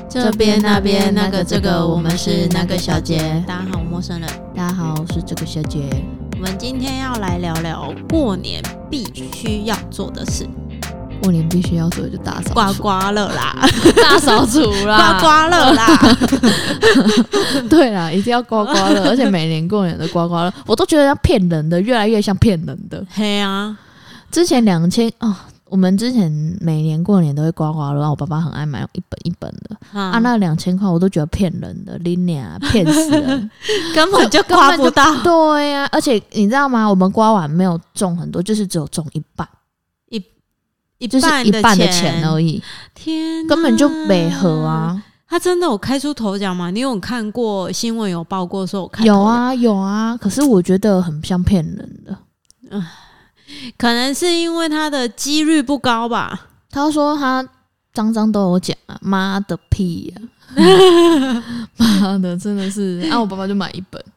这边那边那个这个，我们是那个小姐。 大家好，我陌生人。 大家好，我是这个小姐。 我们今天要来聊聊过年必须要做的事。 过年必须要做的就大扫除， 刮刮乐啦， 大扫除啦， 刮刮乐啦。 对啦，一定要刮刮乐，而且每年过年的刮刮乐，我都觉得要骗人的，越来越像骗人的。 嘿啊， 之前2000哦。我们之前每年过年都会刮刮乐，然后我爸爸很爱买一本一本的那2000块我都觉得骗人的，你俩骗死人， 根本就刮不到。 对啊，而且你知道吗？我们刮完没有中很多，就是只有中一半，就是一半的钱而已。 天哪， 根本就没合啊！ 他真的有开出头奖吗？你有看过新闻有报过说我开头奖？ 有啊，可是我觉得很像骗人的。 可能是因为他的几率不高吧。 他说他张都有讲啊，妈的屁啊，妈的真的是我爸爸就买一本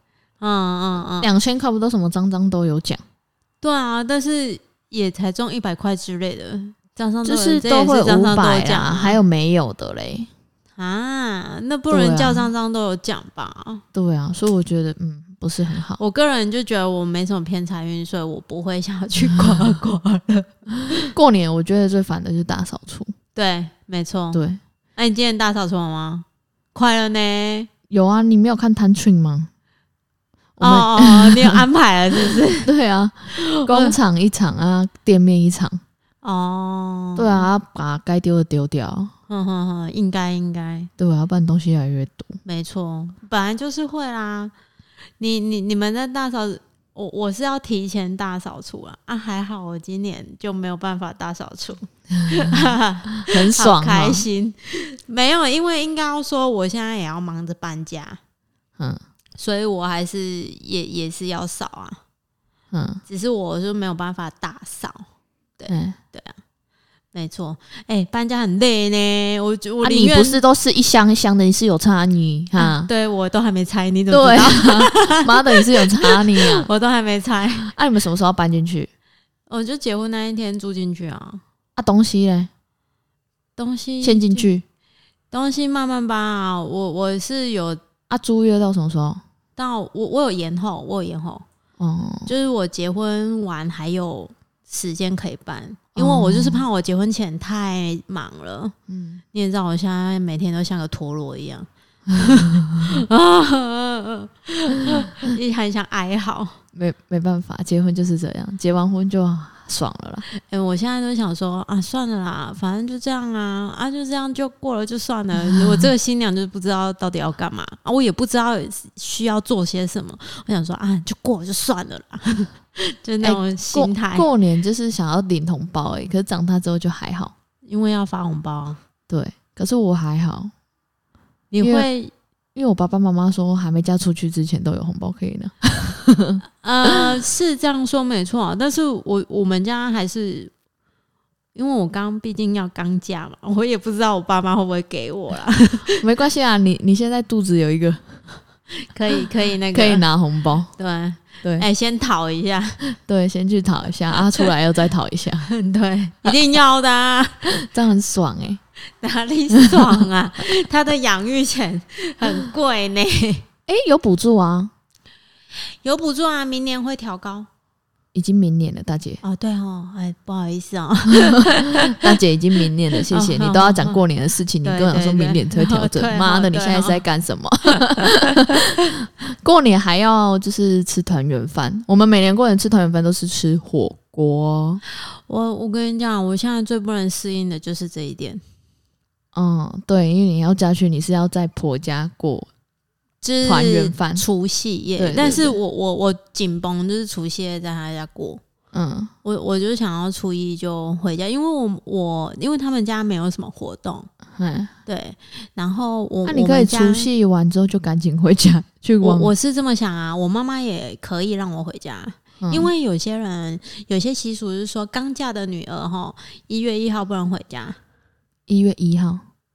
，2000块不都什么张都有讲？ 对啊，但是也才中100块之类的， 就是都会500啦，还有没有的嘞啊？那不能叫张都有奖吧？ 对啊，所以我觉得不是很好。 我个人就觉得我没什么偏财运，所以我不会想要去刮刮乐。 过年我觉得最烦的就是大扫除。 对，没错。 对， 那你今天大扫除了吗？快了呢。 有啊，你没有看摊群吗？ 你有安排了是不是？ 对啊，工厂一场啊，店面一场。对啊，把该丢的丢掉。 应该。 对啊，不然东西越来越多。 没错，本来就是会啦。你们在大扫，我是要提前大扫除还好我今年就没有办法大扫除。 很爽， 好开心。没有，因为应该要说我现在也要忙着搬家，所以我还是也是要扫啊，只是我就没有办法大扫。对啊，没错。搬家很累呢，我宁愿你不是都是一箱一箱的，你是有差你哈？ 对，我都还没拆，你怎么知道？妈的，你是有差你啊！ 我都还没拆。 你们什么时候要搬进去？ 我就结婚那一天住进去啊。 东西嘞？ 东西先进去， 东西慢慢搬啊。我是有租约到什么时候？ 到我有延后，就是我结婚完还有时间可以搬。因为我就是怕我结婚前太忙了，你也知道我现在每天都像个陀螺一样，也很想哀嚎。 没办法，结婚就是这样，结完婚就爽了啦。 我现在都想说算了啦，反正就这样就这样就过了就算了。我这个新娘就不知道到底要干嘛我也不知道需要做些什么。我想说就过了就算了啦。就那种心态。 过年就是想要领红包可是长大之后就还好， 因为要发红包对，可是我还好。 你会因为我爸爸妈妈说还没嫁出去之前都有红包可以拿。 是这样说没错但是我们家还是因为我毕竟要刚嫁嘛，我也不知道我爸妈会不会给我啦。 没关系啊，你现在肚子有一个可以那个可以拿红包。 对，先讨一下。 对，先去讨一下出来又再讨一下。 对，一定要的这样很爽哪里爽啊？他的养育钱很贵呢。 有补助啊？ 有补助啊，明年会调高。 已经明年了，大姐。 对不好意思大姐已经明年了，谢谢你都要讲过年的事情，你跟我讲说明年才会调整。妈的，你现在是在干什么？过年还要就是吃团圆饭，我们每年过年吃团圆饭都是吃火锅。 我跟你讲，我现在最不能适应的就是这一点。 对，因为你要嫁去，你是要在婆家过团圆饭， 除夕夜。但是我紧绷，就是除夕夜在他家过。我就想要初一就回家，因为因为他们家没有什么活动。对，然后你可以除夕完之后就赶紧回家去玩。 我是这么想我妈妈也可以让我回家。因为有些人有些习俗是说刚嫁的女儿1月1号不能回家。 1月1号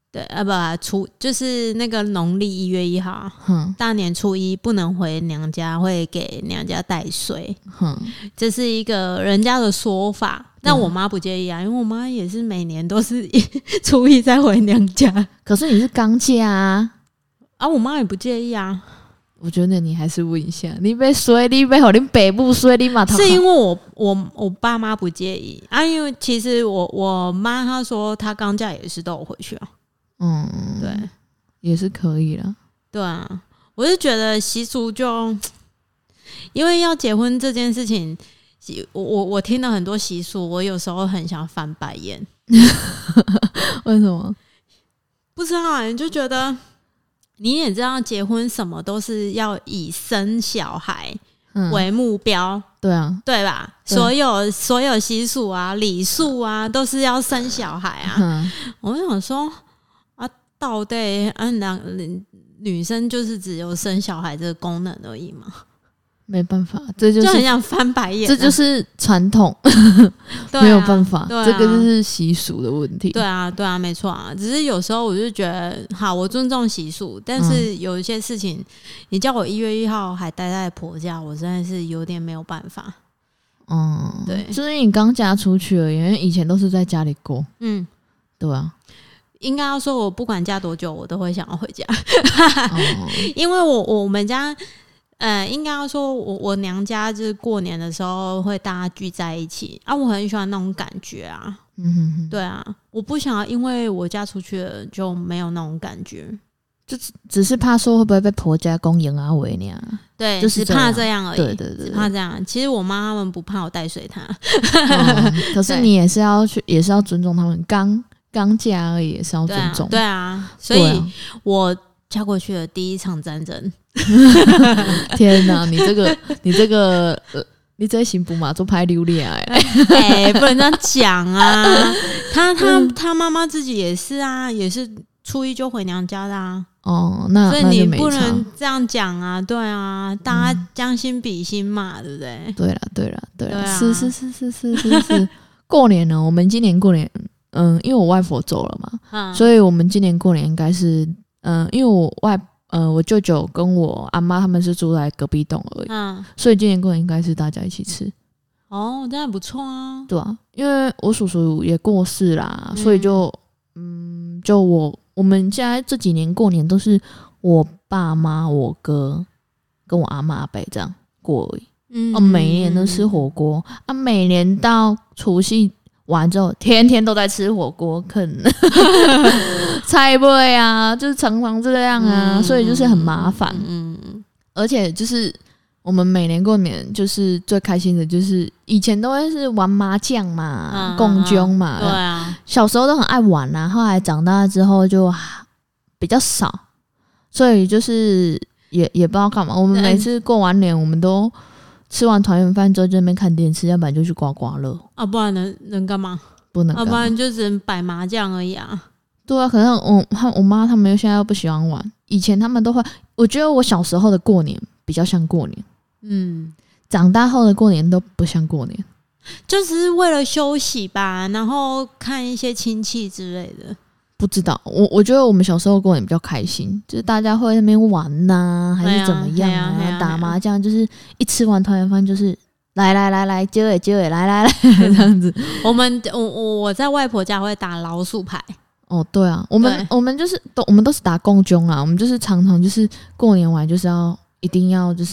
对，就是那个农历1月1号，大年初一不能回娘家，会给娘家带水，这是一个人家的说法。但我妈不介意啊，因为我妈也是每年都是初一再回娘家。 可是你是刚嫁啊， 我妈也不介意啊。 我觉得你还是问一下，你被衰，你被你北部衰，你嘛是因为我爸妈不介意啊，因为其实我妈她说她刚嫁也是都有回去啊。对， 也是可以啦。 对啊，我是觉得习俗就因为要结婚这件事情，我听了很多习俗，我有时候很想翻白眼。 为什么？ 不知道你就觉得你也知道结婚什么都是要以生小孩为目标， 对啊， 对吧？所有习俗啊、礼数啊，都是要生小孩啊。我就想说到底女生就是只有生小孩这个功能而已吗？ 没办法，这就很想翻白眼， 这就是传统。没有办法，这个就是习俗的问题。 对啊，没错啊。只是有时候我就觉得，好，我尊重习俗，但是有一些事情，你叫我1月1号还待在婆家，我真的是有点没有办法。对， 就是你刚嫁出去了，因为以前都是在家里过。对啊。 应该要说，我不管嫁多久，我都会想要回家。因为我们家。应该要说我娘家就是过年的时候会大家聚在一起啊，我很喜欢那种感觉啊。对啊，我不想要因为我嫁出去了就没有那种感觉， 就只是怕说会不会被婆家公迎啊为呢？ 对， 就是怕这样而已。 对， 只怕这样。其实我妈他们不怕我带水她。 可是你也是要去，也是要尊重他们，刚嫁而已，也是要尊重。 对啊，所以我嫁过去的第一场战争。 天哪，你这个你这行不嘛做拍榴莲不能这样讲啊。他妈妈自己也是啊，也是初一就回娘家的啊。 所以你不能这样讲啊。对啊，大家将心比心嘛，对不对？ 对了，是。过年呢，我们今年过年，因为我外婆走了嘛，所以我们今年过年应该是，因为我舅舅跟我阿妈他们是住在隔壁栋而已，所以今年过年应该是大家一起吃。 这样不错啊。 对啊，因为我叔叔也过世啦，所以就我们现在这几年过年都是我爸妈、我哥跟我阿嬷阿伯这样过而已。每年都吃火锅啊，每年到除夕完之后，天天都在吃火锅，啃菜味啊，就是常常这样啊，所以就是很麻烦。而且就是我们每年过年就是最开心的，就是以前都会是玩麻将嘛，共军嘛， 对啊， 小时候都很爱玩啊，后来长大之后就比较少，所以就是也不知道干嘛。我们每次过完年，我们都吃完团圆饭之后就在那边看电视，要不然就去刮刮乐啊，不然能干嘛？ 不能干嘛， 不然就只能摆麻将而已啊。 对啊，可是我妈他们现在又不喜欢玩，以前他们都会。我觉得我小时候的过年比较像过年，长大后的过年都不像过年， 就只是为了休息吧，然后看一些亲戚之类的。 不知道，我觉得我们小时候过年比较开心，就是大家会在那边玩呐，还是怎么样啊，打麻将，就是一吃完团圆饭就是来，接尾来这样子。 我在外婆家会打老鼠牌。 对啊，我们就是我们都是打共军啊，我们就是常常就是过年完就是一定要就是。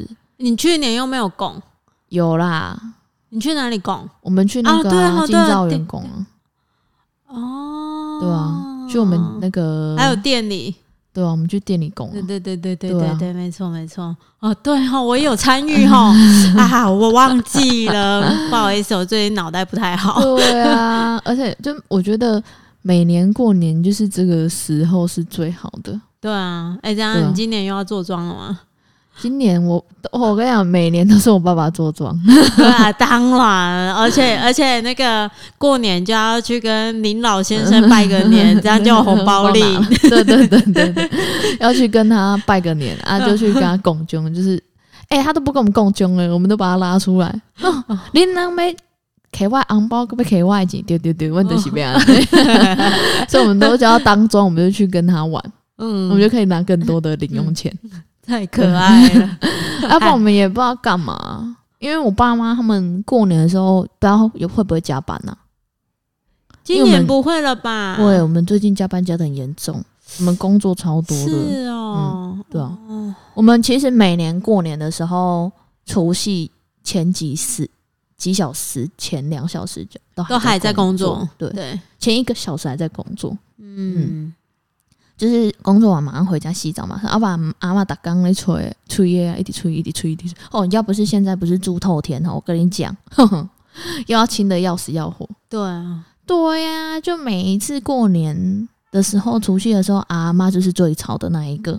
你去年又没有供？ 有啦。 你去哪里供？ 我们去那个金兆园供啊。对啊，去我们那个还有店里。 对啊，我们去店里供。 对，没错。对我也有参与我忘记了，不好意思，我最近脑袋不太好。 对啊，而且就我觉得每年过年就是这个时候是最好的。对啊， 这样你今年又要做妆了吗？ 今年我跟你讲，每年都是我爸爸做妆。 对啊，当然，而且那个过年就要去跟林老先生拜个年，这样就有红包领。 对，要去跟他拜个年啊，就去跟他共军，就是他都不跟我们共军了，我们都把他拉出来。你人没给我红包，可不给我钱？对，问的是这样，所以我们都叫他当庄，我们就去跟他玩，我们就可以拿更多的零用钱， 太可爱了。 要不然我们也不知道干嘛，因为我爸妈他们过年的时候不知道会不会加班啊。 今年不会了吧？ 对，我们最近加班加得很严重，我们工作超多的。 是哦， 对啊。我们其实每年过年的时候，除夕前几小时前2小时都还在工作。对，前1个小时还在工作。就是工作完马上回家洗澡嘛，阿爸阿嬷打刚在吹啊，一直吹。哦，要不是现在不是猪透天我跟你讲，又要亲的要死要活。对啊，就每一次过年的时候，除夕的时候，阿嬷就是最吵的那一个。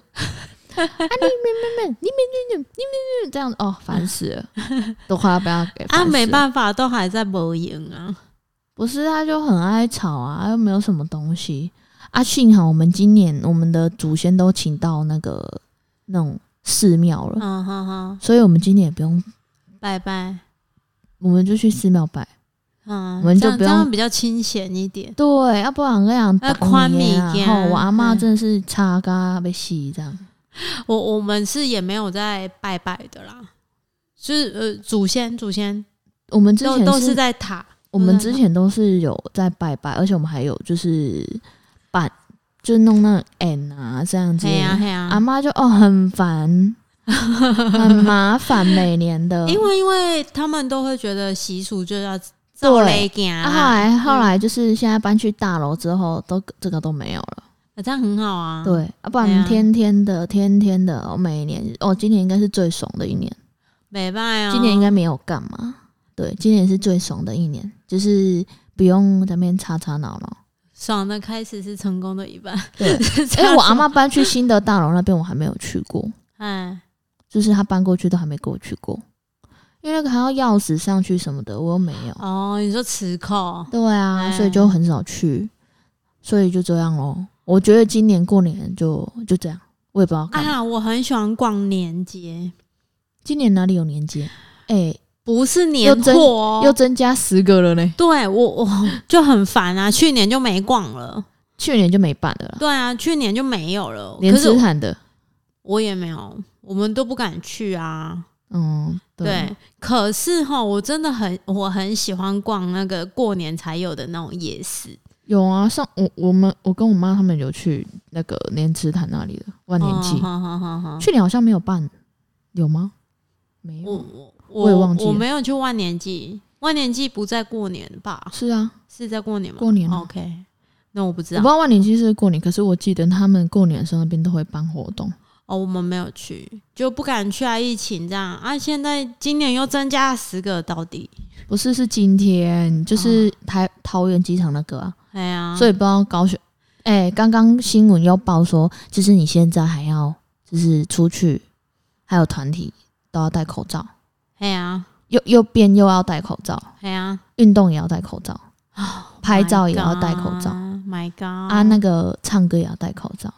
你这样子哦，烦死了，都快要被他给烦死了。 没办法，都还在没赢啊。 不是，他就很爱吵啊，又没有什么东西啊。幸好我们今年我们的祖先都请到那种寺庙了，所以我们今年也不用拜拜， 我们就去寺庙拜。我们就不用这样比较清闲一点。 对，要不然那样宽米啊，我阿嬷真的是差嘎被洗这样。 我们是也没有在拜拜的啦，就是祖先， 我们之前都是在塔。 我们之前都是有在拜拜，而且我们还有就是就弄那个 N 啊这样子。阿嬷就很烦。很麻烦，每年的， 因为他们都会觉得习俗就要照雷行。 后来就是现在搬去大楼之后，这个都没有了。 这样很好啊。 对，不然天天的，每年今年应该是最爽的一年。 没办法， 今年应该没有干嘛。对，今年是最爽的一年，就是不用在那边吵闹。 爽的开始是成功的一半。 对，因为我阿嬷搬去新的大楼那边，我还没有去过。就是他搬过去都还没跟我去过，因为那个还要钥匙上去什么的，我又没有。 你说磁扣？ 对啊，所以就很少去，所以就这样咯。我觉得今年过年就这样，我也不知道干嘛。 我很喜欢逛年街。 今年哪里有年街？ 不是年货又增加10个了呢。 对，我就很烦啊，去年就没逛了， 去年就没办了啦。 对啊，去年就没有了， 连斯坦的我也没有。我们都不敢去啊。 对。 可是我真的我很喜欢逛那个过年才有的那种夜市。 有啊，我跟我妈他们有去那个莲池潭那里的万年祭。去年好像没有办，有吗？没有，我也忘记了。 我没有去万年祭，万年祭不在过年吧？ 是啊， 是在过年吗？ 过年。 OK， 那我不知道。 我不知道万年祭是过年，可是我记得他们过年的时候那边都会办活动。 我们没有去，就不敢去啊，疫情这样啊。现在今年又增加了10个，到底不是今天就是桃园机场那个啊。所以不知道高雄刚刚新闻又报说，就是你现在还要就是出去，还有团体都要戴口罩。又要戴口罩。运动也要戴口罩。拍照也要戴口罩。 My God！ 那个唱歌也要戴口罩。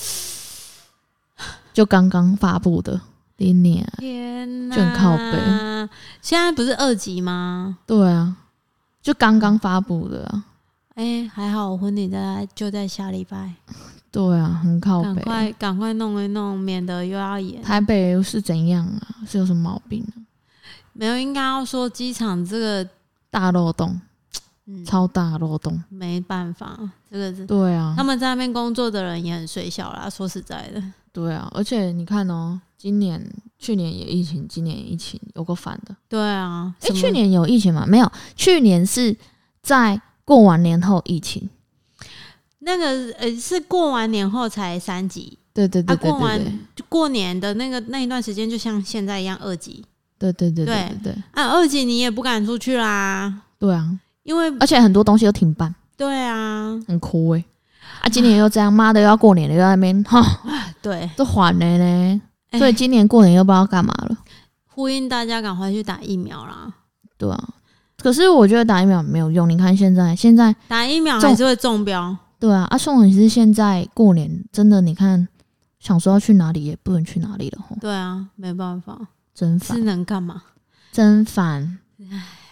就刚刚发布的，天哪，就很靠北。 现在不是2级吗？ 对啊，就刚刚发布的啊。 还好我婚礼就在下礼拜。 对啊，很靠北， 赶快弄一弄，免得又要演。 台北是怎样啊？是有什么毛病啊？ 没有，应该要说机场这个大漏洞。超大漏洞， 没办法，这个是对啊。 他们在那边工作的人也很衰小啦，说实在的。 对啊，而且你看去年也疫情，今年也疫情，有够烦的。 对啊， 去年有疫情吗？没有，去年是在过完年后疫情。 那个是过完年后才3级。 对。 过年的那一段时间，就像现在一样2级。 对。 2级你也不敢出去啦。 对啊。 因为而且很多东西都停办。 对啊， 很哭今年又这样，妈的又要过年了，又在那边对， 都缓了呢。所以今年过年又不知道干嘛了。 呼应大家赶快去打疫苗啦。 对啊，可是我觉得打疫苗没有用。你看现在打疫苗还是会中标。 对啊，重点是现在过年真的，你看想说要去哪里也不能去哪里了。 对啊，没办法， 真烦。 是能干嘛？ 真烦。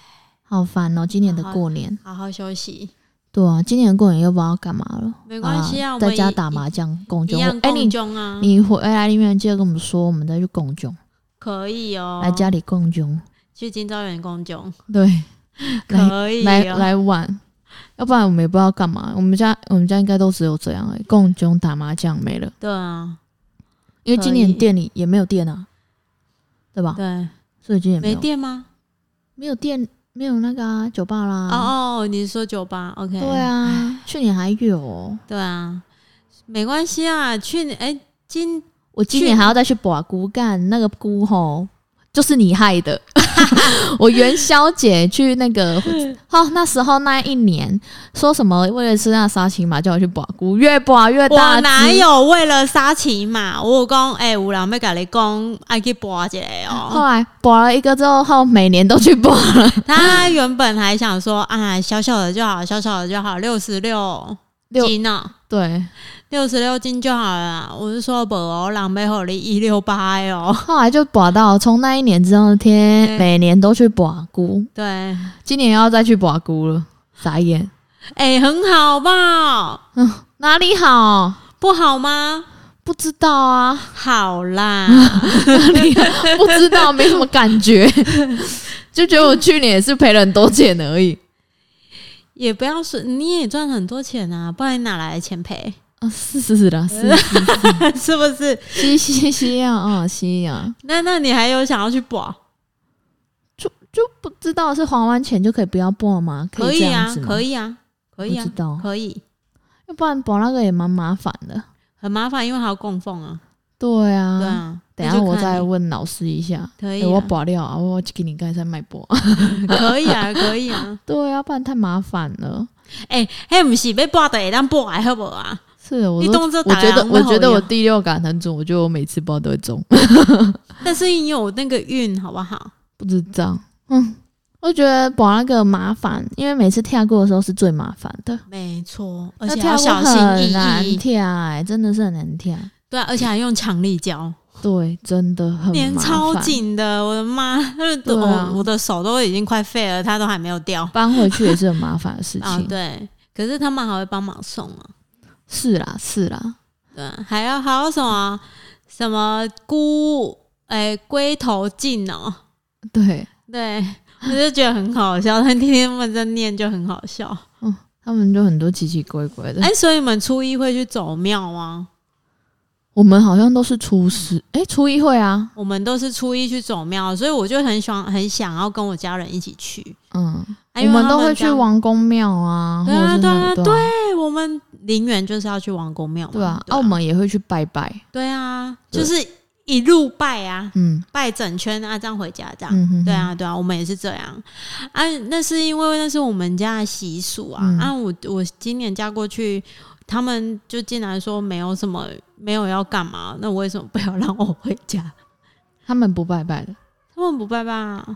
好烦哦！今年的过年， 好好休息。 对啊，今年的过年又不知道干嘛了。 没关系啊， 在家打麻将、共中。 共中啊！ 你回来里面记得跟我们说，我们再去共中。 可以哦， 来家里共中， 去金昭园共中。 对， 可以来玩。要不然我们也不知道干嘛。我们家应该都只有这样共中打麻将没了。 对啊， 因为今年店里也没有电啊，对吧？ 对， 所以今年没电吗？ 没有电，没有那个酒吧啦。 哦，你是说酒吧 ？OK。 对啊，去年还有。 对啊，没关系啊。去年我今年还要再去拔菇，干那个菇吼，就是你害的。我元宵节去那个那时候那一年说什么为了吃那沙琪玛叫我去拔菇，越拔越大。 我哪有为了沙琪玛？我有讲有人要跟你讲爱去拔一下哦。 后来拔了一个之后，每年都去拔了。 他原本还想说小小的就好，小小的就好，66斤哦。 对 ，66斤就好了啦。我是说不哦，人要给你168哦。 后来就拔到，从那一年之后，每年都去拔菇。 对， 今年要再去拔菇了，傻眼。 很好吧？ 哪里好？ 不好吗？ 不知道啊。 好啦， 哪里不知道，没什么感觉，就觉得我去年也是赔了很多钱而已。 也不要说你也赚很多钱啊，不然你哪来的钱赔？ 是啦，是是不是？ 是啊。 那你还有想要去拔？ 就不知道是还完钱就可以不要拔吗？可以这样子吗？ 可以啊，不知道， 可以。 要不然拔那个也蛮麻烦的， 很麻烦，因为还要供奉啊。 对啊。等一下我再问老师一下。 可以我拔掉啊，我给你刚才卖拔。 可以啊。 对啊，不然太麻烦了。 不是要拔的会当拔的好不好啊？ 是我觉得我第六感很准，我觉得我每次拔都会中。 但是你有那个运好不好？ 不知道。我觉得拔那个麻烦，因为每次跳过的时候是最麻烦的。 没错，而且要小心翼翼， 很难跳真的是很难跳。 对啊，而且还用强力胶。 对，真的很麻烦， 粘超紧的，我的妈！我的手都已经快废了，它都还没有掉。 搬回去也是很麻烦的事情。 对，可是他们还会帮忙送啊。 是啦。 对，还要什么龟头镜哦。对，我就觉得很好笑，他天他们在念就很好笑。 他们就很多奇奇怪怪的。 所以你们初一会去走庙吗？ 我们好像都是初4，初一会啊。 我们都是初一去走庙，所以我就很想要跟我家人一起去。 我们都会去王公庙啊。 对，我们林园就是要去王公庙嘛。 对啊，我们也会去拜拜。 对啊，就是一路拜啊，拜整圈啊，这样回家这样。对啊，我们也是这样啊。那是因为那是我们家的习俗啊。我今年嫁过去，他们就竟然说没有要干嘛，那为什么不要让我回家？ 他们不拜拜的。 他们不拜拜啊。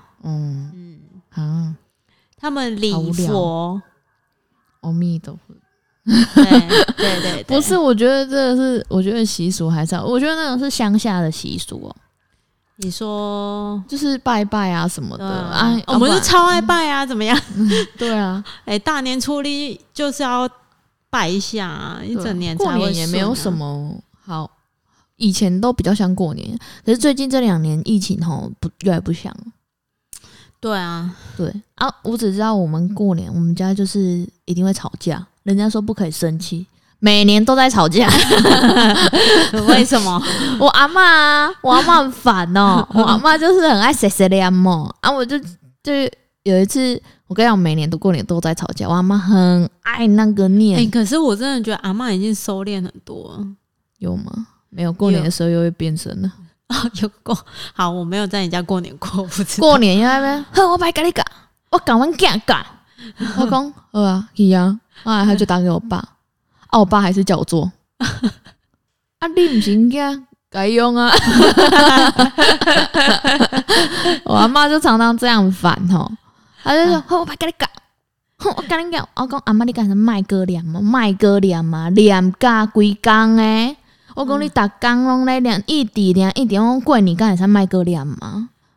他们礼佛。 阿弥陀佛。 对， 不是，我觉得这个是，我觉得习俗还是，我觉得那种是乡下的习俗哦。 你说就是拜拜啊什么的我们是超爱拜啊，怎么样？ 对啊， 大年初一就是要拜一下啊，一整年才会顺啊。 过年也没有什么好，以前都比较像过年，可是最近这2年疫情越来不像。 对啊， 我只知道我们过年，我们家就是一定会吵架。人家说不可以生气，每年都在吵架。 为什么？ 我阿嬷很烦哦。我阿嬷就是很爱碎碎念嘛。我就有一次，我跟你讲，每年过年都在吵架。我阿嬷很爱那个念。 可是我真的觉得阿嬷已经收敛很多了。 有吗？没有，过年的时候又会变身了。 有过。好，我没有在你家过年过，不知道。 过年在那边，我不跟你讲，我赶完囝干。我讲好啊，去啊。他就打给我爸，我爸还是叫我做。你不是囝该用啊。我阿嬷就常常这样烦她就说：我不跟你讲，我跟你讲，我讲阿嬷你干什么卖哥念嘛，念甲几工诶。我讲你逐工拢来念，一直讲过年干什么卖哥念嘛。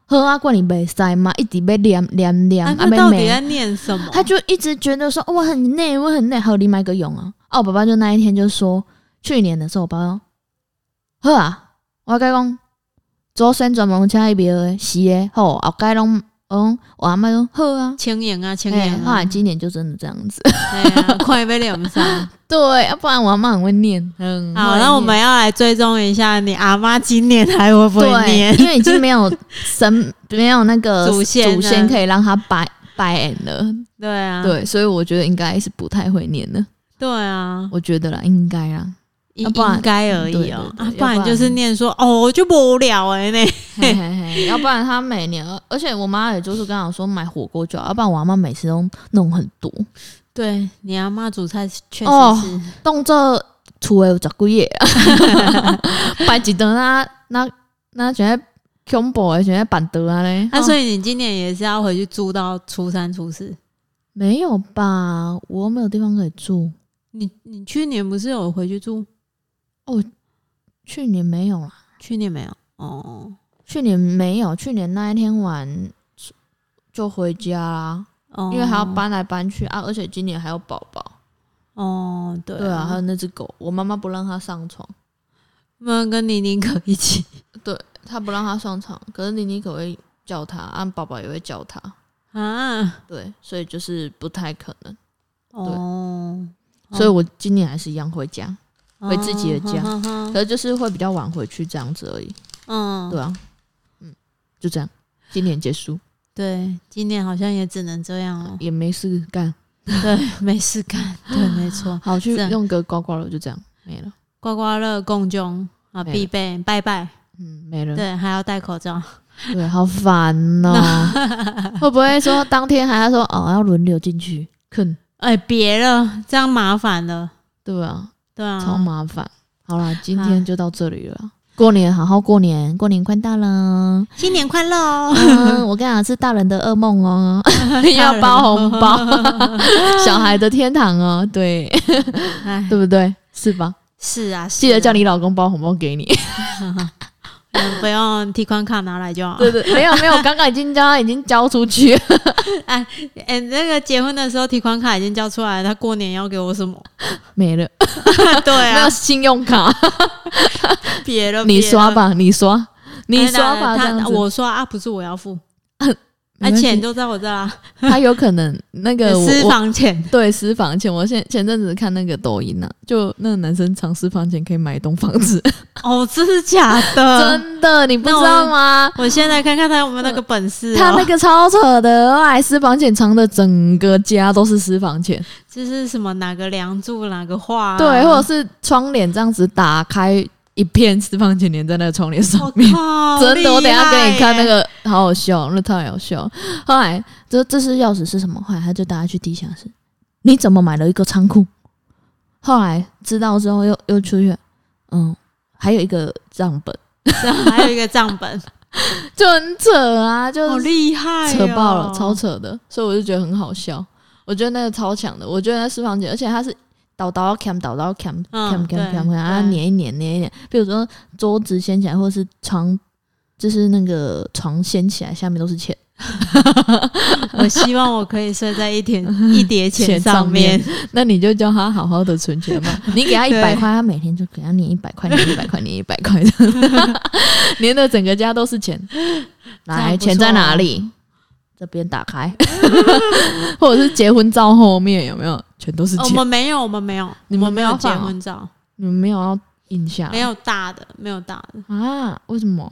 喝啊，过年没塞嘛，一直被念， 他到底在念什么？ 他就一直觉得说，我很累，好，你买个用啊！我爸爸就那一天就说，去年的时候，我爸爸说，好啊，我跟你讲，祖先专门请伊庙的，是的，好，后盖拢。我阿嬷说好啊， 轻盈啊， 后来今年就真的这样子， 对啊，快被念上， 对，要不然我阿嬷很会念， 好，那我们要来追踪一下你阿嬷今年还会不会念？ 因为已经没有没有那个祖先可以让他拜了， 对啊， 对，所以我觉得应该是不太会念了，对啊， 我觉得啦，应该啦。 应该而已哦，不然就是念说我就无聊呢。 要不然他每年，而且我妈也就是跟我说买火锅就好，要不然我阿妈每次都弄很多。 对，你阿妈煮菜确实是动这厝的有10几个，摆一顿那全在恐怖的，全在板凳啊嘞。 所以你今年也是要回去住到初3、初4？ 没有吧，我没有地方可以住。 你去年不是有回去住？ 去年没有啦。 去年没有哦， 去年没有，去年那一天晚就回家啦，因为还要搬来搬去啊，而且今年还有宝宝。对啊，还有那只狗，我妈妈不让它上床， 跟妮妮可一起。 对，她不让它上床，可是妮妮可会叫它，宝宝也会叫它啊。对，所以就是不太可能。对，所以我今年还是一样回家。回自己的家，可是就是会比较晚回去这样子而已。对啊，就这样，今年结束。 对，今年好像也只能这样了， 也没事干。 对，没事干。对，没错。 好，去用个刮刮乐，就这样没了。 刮刮乐、共中啊，必备拜拜。 没了。 对，还要戴口罩。 对，好烦哦。会不会说当天还要说要轮流进去？ 别了，这样麻烦了。 对啊。 对啊， 超麻烦。好啦，今天就到这里了。过年好好过年，过年快到了， 新年快乐哦！ 我跟你讲，是大人的噩梦哦，要包红包，小孩的天堂哦，对，对不对？是吧？ 是啊， 记得叫你老公包红包给你。 不用提款卡拿来就好。 对，没有，刚刚已经交出去了。 那个结婚的时候提款卡已经交出来了，他过年要给我什么？ 没了。 对啊， 没有信用卡。 别了， 你刷吧，你刷吧， 我刷啊，不是我要付。钱都在我这啦。 他有可能那个私房钱， 对，私房钱。我前阵子看那个抖音啊，就那个男生藏私房钱可以买一栋房子。 真是假的？ 真的，你不知道吗？ 我现在看看他有没有那个本事。 他那个超扯的，后来私房钱藏的整个家都是私房钱。 这是什么？哪个梁柱，哪个画？ 对，或者是窗帘这样子打开。一片私房钱粘在那个窗帘上面，真的，我等一下给你看那个，好好笑，那太好笑。后来这是钥匙是什么？后来他就带他去地下室，你怎么买了一个仓库？后来知道之后又出去，还有一个账本， 还有一个账本， 就很扯啊，就好厉害， 扯爆了，超扯的，所以我就觉得很好笑。我觉得那个超强的，我觉得那私房钱，而且他是。倒cam 啊，粘一粘，比如说桌子掀起来，或者是床，就是那个床掀起来，下面都是钱。 我希望我可以睡在一叠钱上面。 那你就叫他好好的存钱嘛。你给他100块，他每天就给他粘100块，粘100块，粘100块，粘的整个家都是钱。来，钱在哪里？这边打开，或者是结婚照后面有没有全都是钱？ 我们没有， 你们没有结婚照， 你们没有要印下， 没有大的啊？为什么？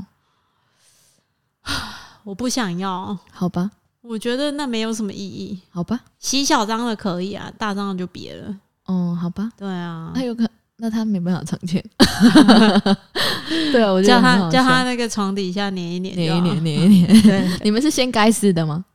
我不想要。 好吧， 我觉得那没有什么意义。 好吧， 洗小张的可以啊，大张的就别了。 好吧， 对啊， 那他没办法藏钱。对啊，我觉得叫他那个床底下粘一粘。 对，你们是先该死的吗？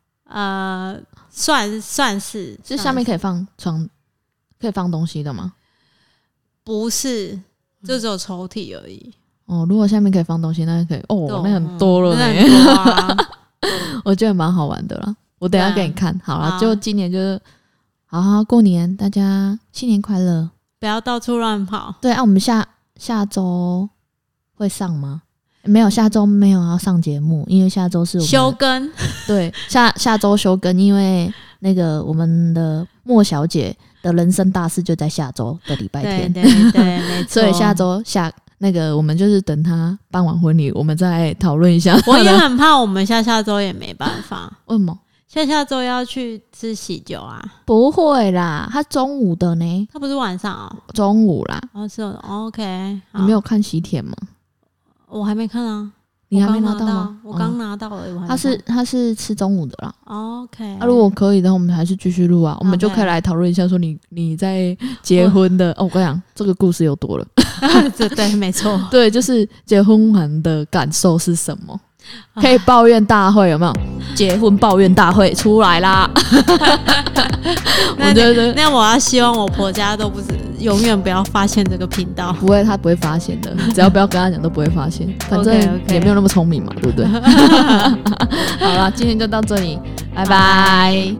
算是下面可以放可以放东西的吗？ 不是，就只有抽屉而已。 如果下面可以放东西，那就可以。那很多了呢。我觉得蛮好玩的啦。我等一下给你看。好了，就今年就是好好过年，大家新年快乐。 不要到处乱跑。 对啊，我们下周会上吗？ 没有，下周没有要上节目，因为下周是我们休更。 对，下周休更，因为那个我们的莫小姐的人生大事就在下周的礼拜天。 对，没错。 所以下周那个我们就是等她办完婚礼，我们再讨论一下。 我也很怕我们下周也没办法。 为什么？ 下周要去吃喜酒啊？ 不会啦，他中午的呢。 他不是晚上哦， 中午啦。 是OK。 你没有看喜帖吗？ 我还没看啊。 你还没拿到吗？ 我刚拿到了。 他是吃中午的啦。 OK。 如果可以的话，我们还是继续录啊。我们就可以来讨论一下，说你在结婚的我跟你讲，这个故事又多了。 对，没错。 对，就是结婚完的感受是什么？可以抱怨大会有没有？结婚抱怨大会出来啦！我觉得那我要希望我婆家都不是永远不要发现这个频道。 不会，他不会发现的，只要不要跟他讲都不会发现。反正也没有那么聪明嘛，对不对？好啦，今天就到这里，拜拜。